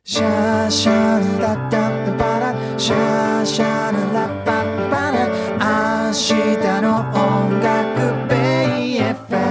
シャーシャーラッタッパラシャーシャーラッパッパラ明日の音楽ベイ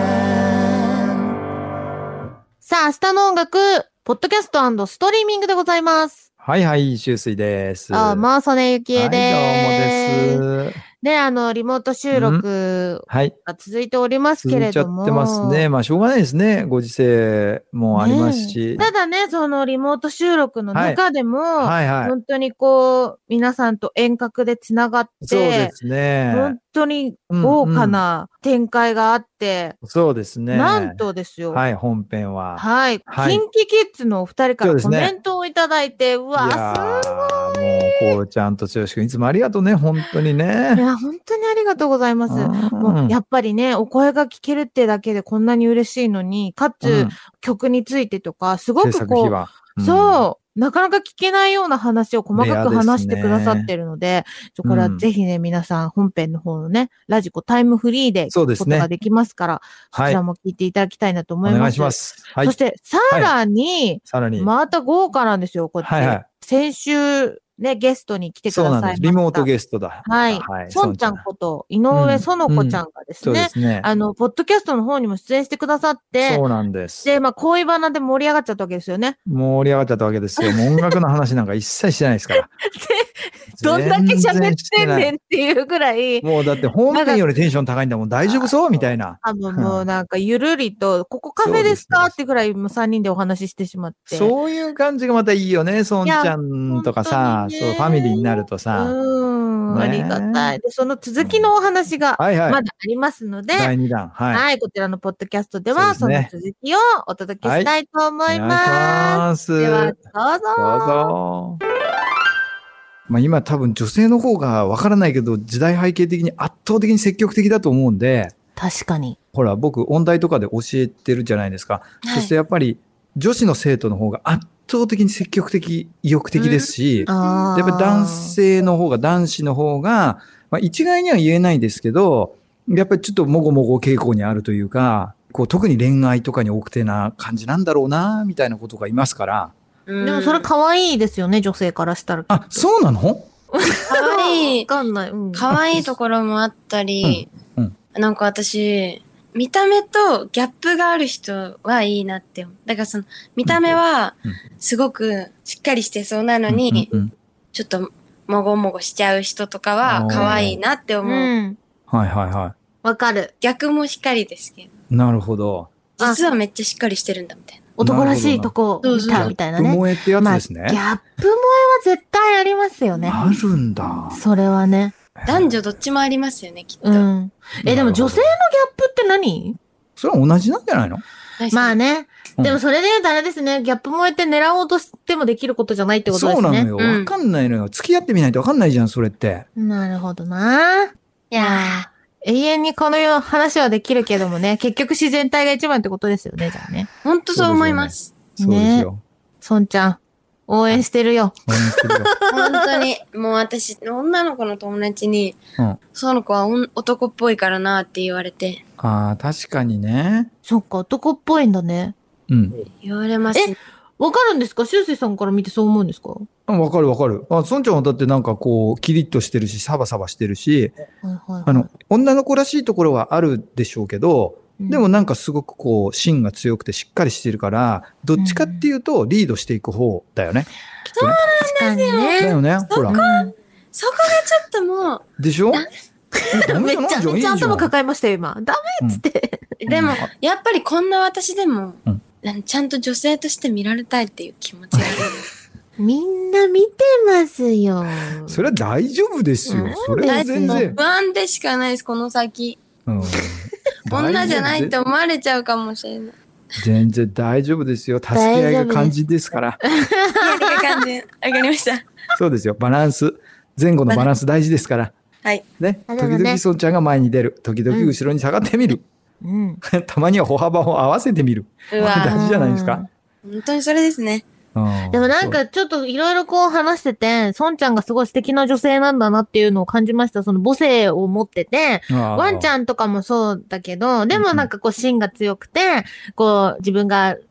FM。 さあ、明日の音楽、ポッドキャスト&ストリーミングでございます。 はいはい、周水です。 あ、曽根ゆきえです。 はい、どうもです。 ね、リモート収録はい。 が続いておりますけれども。 続いちゃってますね。まあ、しょうがないですね。ご時世もありますし。 ただね、そのリモート収録の中でも、 はいはい、 本当にこう、皆さんと遠隔でつながって、 そうですね。 本当に豪華な展開があって、 そうですね。 なんとですよ。 はい、本編は。 はい。キンキキッズのお二人からコメントをいただいて、うわ、すごい。 もう、こうちゃんと剛くん、いつもありがとうね、本当にね。 いや、本当にありがとうございます。もうやっぱりね、お声が聞けるってだけでこんなに嬉しいのに、かつ、曲についてとか、すごくこう、そう、なかなか聞けないような話を細かく話してくださってるので、これはぜひね、皆さん本編の方のね、ラジコタイムフリーで聞くことができますから、そちらも聞いていただきたいなと思います。お願いします。はい、そして、さらに、また豪華なんですよ、こっち。先週、ね、ゲストに来てくださいました。そうなんです。 リモートゲストだ。 はい。孫ちゃんこと井上園子ちゃんがですね、ポッドキャストの方にも出演してくださって、 そうなんです。 で、まあ、恋バナで盛り上がっちゃったわけですよね。 盛り上がっちゃったわけですよ。もう音楽の話なんか一切してないですから。 どんだけ喋ってんねんっていうぐらい。 もうだって本編よりテンション高いんだもん、大丈夫そうみたいな。 もうなんかゆるりと、ここカフェですかってぐらいもう3人でお話ししてしまって。 そういう感じがまたいいよね、孫ちゃんとかさ、そう、ファミリーになるとさ。 ありがたい。で、その続きのお話がまだありますので、 第2弾。 はい。こちらのポッドキャストでは、その続きをお届けしたいと思います。では、どうぞ。 どうぞ。まあ今多分女性の方がわからないけど、時代背景的に圧倒的に積極的だと思うんで。 確かに。 ほら、僕、音大とかで教えてるじゃないですか。そしてやっぱり、女子の生徒の方が圧倒的に積極的、意欲的ですし、やっぱり男子の方が、まあ一概には言えないですけど、やっぱりちょっともごもご傾向にあるというか、こう特に恋愛とかに奥手な感じなんだろうな、みたいなことがいますから。 でもそれ可愛いですよね、女性からしたら。 あ、そうなの？ 可愛い。 わかんない。 可愛いところもあったり、なんか私、見た目とギャップがある人はいいなって思う。だからその、見た目は、すごくしっかりしてそうなのに、ちょっともごもごしちゃう人とかは可愛いなって思う。 はいはいはい。 わかる。 逆もしっかりですけど。なるほど。 実はめっちゃしっかりしてるんだみたいな。 男らしいとこ見たみたいなね。 ギャップ萌えってやつですね。 ギャップ萌えは絶対ありますよね。 あるんだ。 それはね。 男女どっちもありますよね、きっと。 でも女性のギャップって何？ それは同じなんじゃないの？ まあね。でもそれで言うとあれですね、ギャップ萌えって狙おうとしてもできることじゃないってことですね。 そうなのよ。わかんないのよ。付き合ってみないとわかんないじゃん、それって。 なるほどな。いや永遠にこの話はできるけどもね、結局自然体が一番ってことですよね、じゃあね。 ほんとそう思います。 そうですよ。 孫ちゃん、応援してるよ。 応援してるよ。 本当に、もう私、女の子の友達に、その子は男っぽいからなって言われて。 ああ、確かにね。 そっか、男っぽいんだね。 言われます。 わかるんですか？しゅうせいさんから見てそう思うんですか？ わかるわかる。孫ちゃんはだってなんかこう、キリッとしてるし、サバサバしてるし、女の子らしいところはあるでしょうけど、でもなんかすごくこう、芯が強くてしっかりしてるから、どっちかっていうとリードしていく方だよね。 そうなんですよ。 だよね。ほら。 そこがちょっともう。 でしょ？ めちゃめちゃ頭抱えましたよ、今。ダメっつって。 でも、やっぱりこんな私でも、ちゃんと女性として見られたいっていう気持ちがある。 みんな見てますよ。 それは大丈夫ですよ。それは全然。 不安でしかないです、この先。女じゃないって思われちゃうかもしれない。 全然大丈夫ですよ。助け合いが肝心ですから。 助け合いが肝心。わかりました。 そうですよ。バランス。前後のバランス大事ですから。 はい。 ね。時々孫ちゃんが前に出る。時々後ろに下がってみる。たまには歩幅を合わせてみる。大事じゃないですか。 本当にそれですね。 でもなんかちょっといろいろこう話してて、孫ちゃんがすごい素敵な女性なんだなっていうのを感じました。その母性を持ってて、ワンちゃんとかもそうだけど、でもなんかこう芯が強くて、こう自分が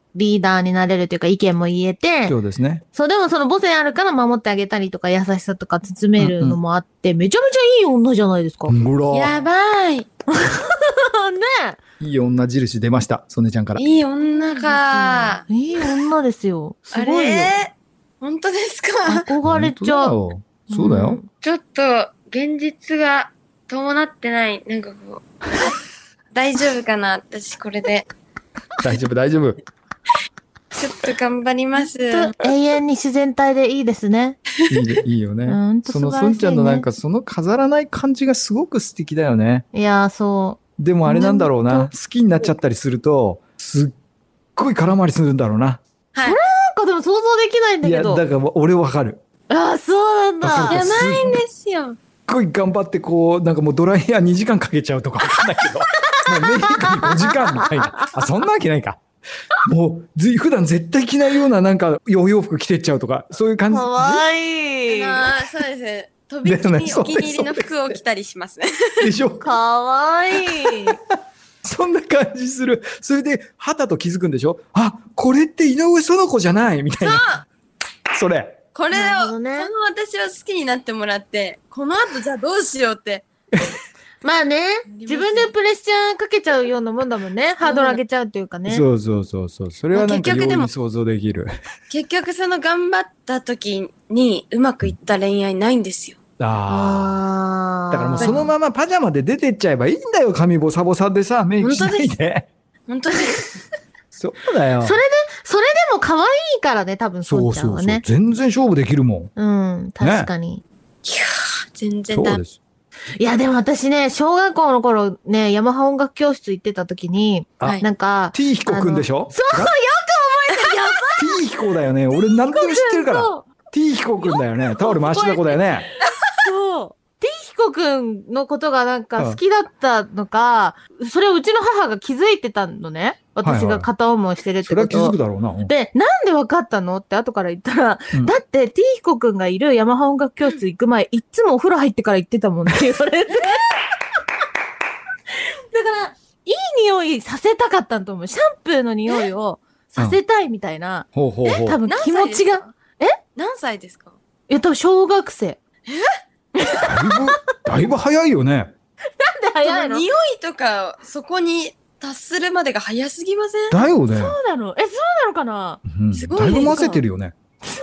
リーダーになれるというか意見も言えて、 そうですね。 そう、でもその母性あるから守ってあげたりとか優しさとか包めるのもあって、めちゃめちゃいい女じゃないですか。 ほら。 やばい。 ねいい女印出ました、曽根ちゃんから。 いい女か。 いい女ですよ。すごいよ。 あれ本当ですか？ 憧れちゃう。 本当だよ。そうだよ。 ちょっと、現実が伴ってない。なんかこう、大丈夫かな私これで。 大丈夫、大丈夫。 ちょっと頑張ります。 永遠に自然体でいいですね。 いいよね。 素その晴らしいね孫ちゃんのなんかその飾らない感じがすごく素敵だよね。 いやー、そう。 でもあれなんだろうな。 本好きになっちゃったりすると、すっごい空回りするんだろうな。 はい。 なんかでも想像できないんだいや、 けど。 だから俺わかる。 ああ、そうなんだ。 わかるやばいんですよ。 すっごい頑張ってこう、なんかもうドライヤー2時間かけちゃうとかわかんないけど、もうメイクに5時間みたいな。あ、そんなわけないか。もう、普段絶対着ないようななんか洋服着てっちゃうとか、そういう感じ。 かわいい。 そうですね。とびきりお気に入りの服を着たりしますね。 でしょ。 かわいい。 そんな感じする。それで、旗と気づくんでしょ。あ、これって井上園子じゃないみたいな。それ。 これを、 なるほどねこの私を好きになってもらって、この後じゃあどうしようって。 まあね、自分でプレッシャーかけちゃうようなもんだもんね。ハードル上げちゃうっていうかね。 そうそうそうそう。それはなんか結局でも容易に想像できる。 結局その頑張った時にうまくいった恋愛ないんですよ。 ああ。だからもうそのまままパジャマで出てっちゃえばいいんだよ。髪ボサボサでさ、メイクしないで。 本当です。 そうだよ。 それでも可愛いからね、多分そうちゃんはね。 全然勝負できるもん。 うん、確かに。 いやー、全然だ。 そうです。 いや、でも私ね、小学校の頃ね、ヤマハ音楽教室行ってた時に、 はいなんか、 T 彦くんでしょ。 そう、よく覚えてる。やばい。 T 彦だよね。俺何でも知ってるから。 そう T 彦くんだよね。タオル回してた子だよね。 そう。T 彦くんのことがなんか好きだったのか、それをうちの母が気づいてたのね。私が片思いしてるってこと。 それは気づくだろうな。 で、なんで分かったのって後から言ったら、 うんだって T 彦くんがいるヤマハ音楽教室行く前、いつもお風呂入ってから行ってたもんって言われて。だから、いい匂いさせたかったんと思う。シャンプーの匂いをさせたいみたいな。 ほうほうほう。 多分気持ちが。 何歳ですか？ いや、多分小学生。 だいぶ早いよね。 なんで早いの？ 匂いとかそこに達するまでが早すぎません？ だよね。 そうなの？そうなのかな？ うんすごいだいぶ混ぜてるよね。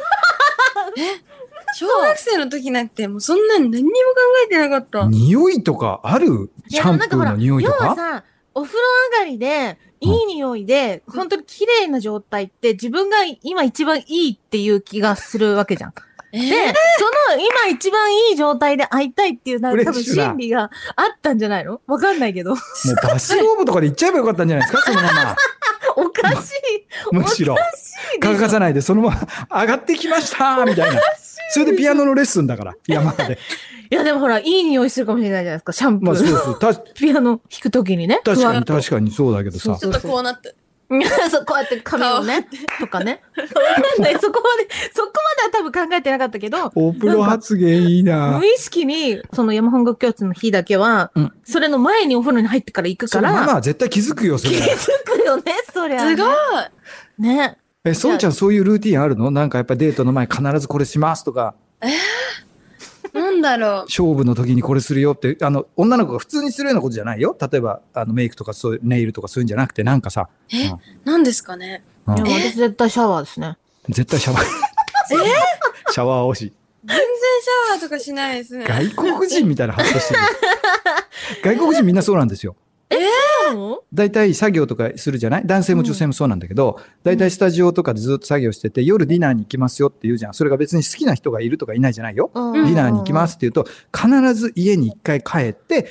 小学生の時なんてもうそんなに何にも考えてなかった。 匂いとかある？シャンプーの匂いとか？ 要はさ、お風呂上がりで、いい匂いで、本当に綺麗な状態って自分が今一番いいっていう気がするわけじゃん。で、その今一番いい状態で会いたいっていう、なんか多分心理があったんじゃないの？わかんないけど。 もうバスローブとかで行っちゃえばよかったんじゃないですか、そのまま。 おかしい。 むしろ。 おかしいでしょ乾かさないで、そのまま上がってきましたみたいな。それでピアノのレッスンだから、山で。 いやでもほら、いい匂いするかもしれないじゃないですか、シャンプー。 まあそうそう。 ピアノ弾くときにね。 確かにそうだけどさ。 ちょっとこうなって。 そう、こうやって髪をね、とかね。わかんない。そこまでは多分考えてなかったけど、 お風呂発言いいな無意識に、その山本楽教室の日だけは、 うんそれの前にお風呂に入ってから行くから、 それママは絶対気づくよ、それ。 気づくよね、そりゃ、ね。 すごい。 ね。 そうちゃんそういうルーティンあるの？なんかやっぱデートの前必ずこれしますとか、 なんだろう。 勝負の時にこれするよって、女の子が普通にするようなことじゃないよ。例えば、メイクとかそういうネイルとかそういうんじゃなくて、なんかさ。 何ですかね。 うんいや私絶対シャワーですね。 絶対シャワー。シャワー推し。 全然シャワーとかしないですね。 外国人みたいな発想してる。外国人みんなそうなんですよ。大体作業とかするじゃない？男性も女性もそうなんだけど、大体スタジオとかでずっと作業してて、夜ディナーに行きますよって言うじゃん。それが別に好きな人がいるとかいないじゃないよ。 うんディナーに行きますって言うと、必ず家に一回帰って、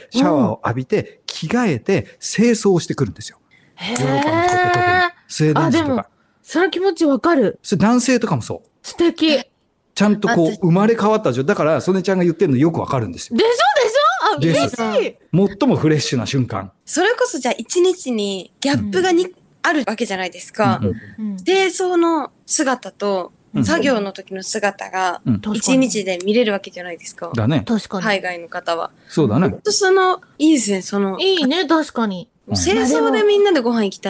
シャワーを浴びて、着替えて、清掃してくるんですよ。 へヨーロッパの人って特にー。 スウェーデンあ、でも人とか。、 その気持ちわかる。 それ男性とかもそう。 素敵。でちゃんとこう私生まれ変わった状態。だから、曽根ちゃんが言ってるのよくわかるんですよ。 しょあ、 です嬉しい。 最もフレッシュな瞬間。 それこそじゃあ一日にギャップがあるわけじゃないですか。 うんうん清掃の姿とうん作業の時の姿がうん一日で見れるわけじゃないですか。 だね。 確かに。 海外の方は。 そうだね。 ほんといいですね、 いいね、確かに。 うん清掃でみんなでご飯行きたいもん。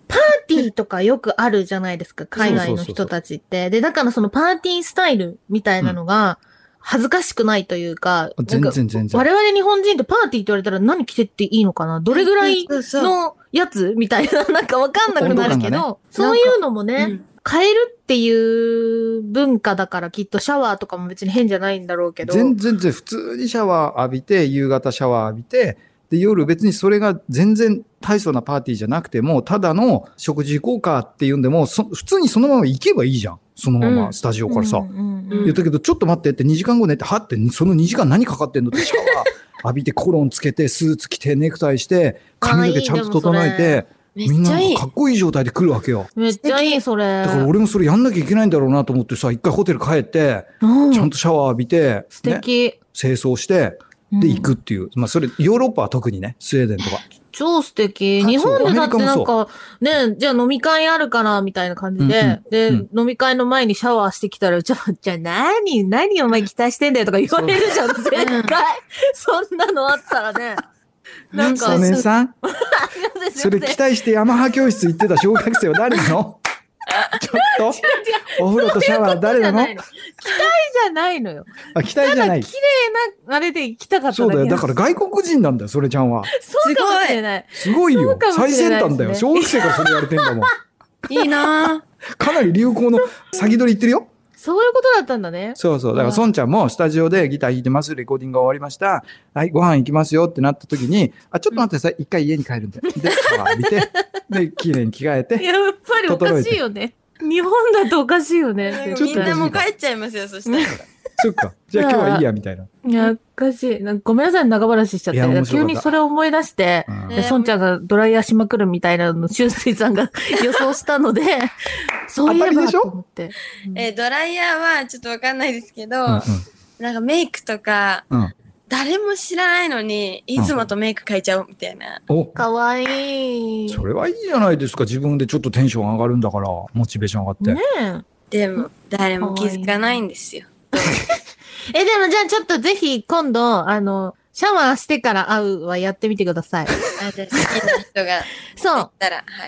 パーティーとかよくあるじゃないですか、海外の人たちって。で、だからそのパーティースタイルみたいなのが、恥ずかしくないというか、 全然。 我々日本人ってパーティーって言われたら何着てっていいのかな、どれぐらいのやつみたいな、なんかわかんなくなるけど、そういうのもね、変えるっていう文化だからきっとシャワーとかも別に変じゃないんだろうけど。 全然普通にシャワー浴びて、夕方シャワー浴びて、で、夜別にそれが全然大層なパーティーじゃなくても、ただの食事行こうかっていうんでも、普通にそのまま行けばいいじゃん。そのままスタジオからさ。言ったけど、ちょっと待ってって2時間後寝て、はって、その2時間何かかってんのってシャワー浴びて、コロンつけて、スーツ着て、ネクタイして、髪の毛ちゃんと整えて、みんなかっこいい状態で来るわけよ。 めっちゃいい、それ。 だから俺もそれやんなきゃいけないんだろうなと思ってさ、一回ホテル帰って、ちゃんとシャワー浴びて、 素敵。 清掃して、で、行くっていう。まあ、それ、ヨーロッパは特にね、スウェーデンとか。 超素敵。日本でだってなんか、ね、じゃあ飲み会あるから、みたいな感じで、で、飲み会の前にシャワーしてきたら、じゃあ何お前期待してんだよとか言われるじゃん、絶対。そんなのあったらね。 なんか。お姉さんそれ期待してヤマハ教室行ってた小学生は誰なのちょっとお風呂とシャワー誰なの？期待じゃないのよ。 あ、期待じゃない。 綺麗な、あれで行きたかっただけ。 そうだよ。だから外国人なんだよ、それちゃんは。 そうかもしれない。 すごいよ。最先端だよ。小学生からそれ言われてんだもん。 いいなぁ。 かなり流行の先取り言ってるよ。 そういうことだったんだね。 そうそう。だから、孫ちゃんもスタジオでギター弾いてます。レコーディングが終わりました。はい、ご飯行きますよってなった時に、あ、ちょっと待ってさ、一回家に帰るんで。で、シャワー浴びて、で、綺麗に着替えて。 やっぱりおかしいよね。日本だとおかしいよね。 みんなもう帰っちゃいますよ、そしたら。 そっか。じゃあ今日はいいや、みたいな。 いや、おかしい。ごめんなさい、長話しちゃって。急にそれを思い出して、孫ちゃんがドライヤーしまくるみたいなの、シュウスイさんが予想したので、そういえばと思って。 ドライヤーはちょっとわかんないですけど、なんかメイクとか、誰も知らないのに、いつもとメイク変えちゃうみたいな。 かわいい。 それはいいじゃないですか。自分でちょっとテンション上がるんだから、モチベーション上がって。 ねえ。でも、誰も気づかないんですよ。 でもじゃあちょっとぜひ今度、シャワーしてから会うはやってみてください。 じゃあ好きな人が。 そう。 はい。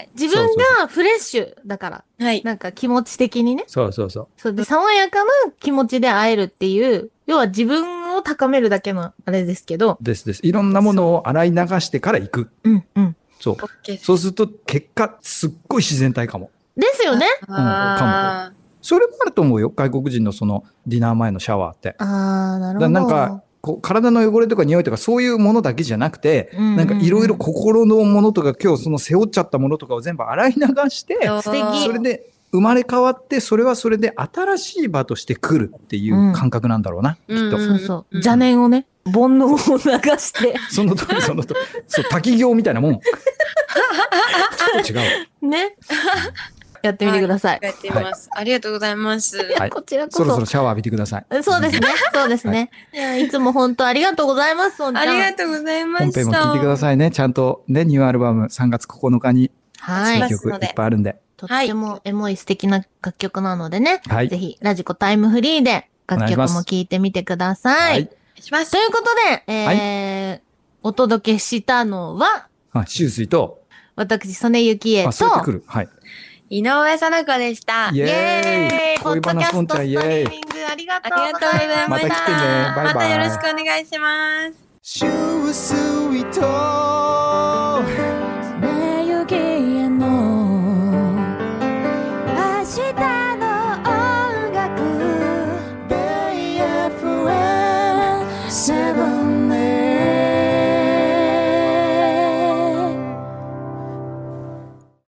自分がフレッシュだから。 はい。 なんか気持ち的にね。 そう。 そうで、爽やかな気持ちで会えるっていう、要は自分を高めるだけのあれですけど。 です。いろんなものを洗い流してから行く。そう。そうすると結果、すっごい自然体かも。 ですよね。 かも。それもあると思うよ。外国人のそのディナー前のシャワーって。 なるほど。 なんか、体の汚れとか匂いとかそういうものだけじゃなくて、なんかいろいろ心のものとか今日その背負っちゃったものとかを全部洗い流して、それで生まれ変わって、それはそれで新しい場として来るっていう感覚なんだろうな、きっと。 そう。邪念をね、煩悩を流して。 その通り。そう、滝行みたいなもん。ちょっと違う。 ね。やってみてください。 やってみます。ありがとうございます。 こちらこそ。 そろそろシャワー浴びてください。 そうですね。いつも本当ありがとうございます、 ありがとうございました。 本編も聞いてくださいね。ちゃんとね、ニューアルバム3月9日に。 はい。 曲いっぱいあるんで。 とってもエモい素敵な楽曲なのでね。ぜひ、ラジコタイムフリーで楽曲も聴いてみてください。ということで、お届けしたのは、 シュウスイと、 私、曽根ゆきえと、 井上園子でした。 イエーイ。 ポッドキャストストリーミングありがとうございました。 また来てね。バイバイ。 またよろしくお願いします。 シュウスイと、 曽根ゆきえの、明日の音楽、 ベイエフエン7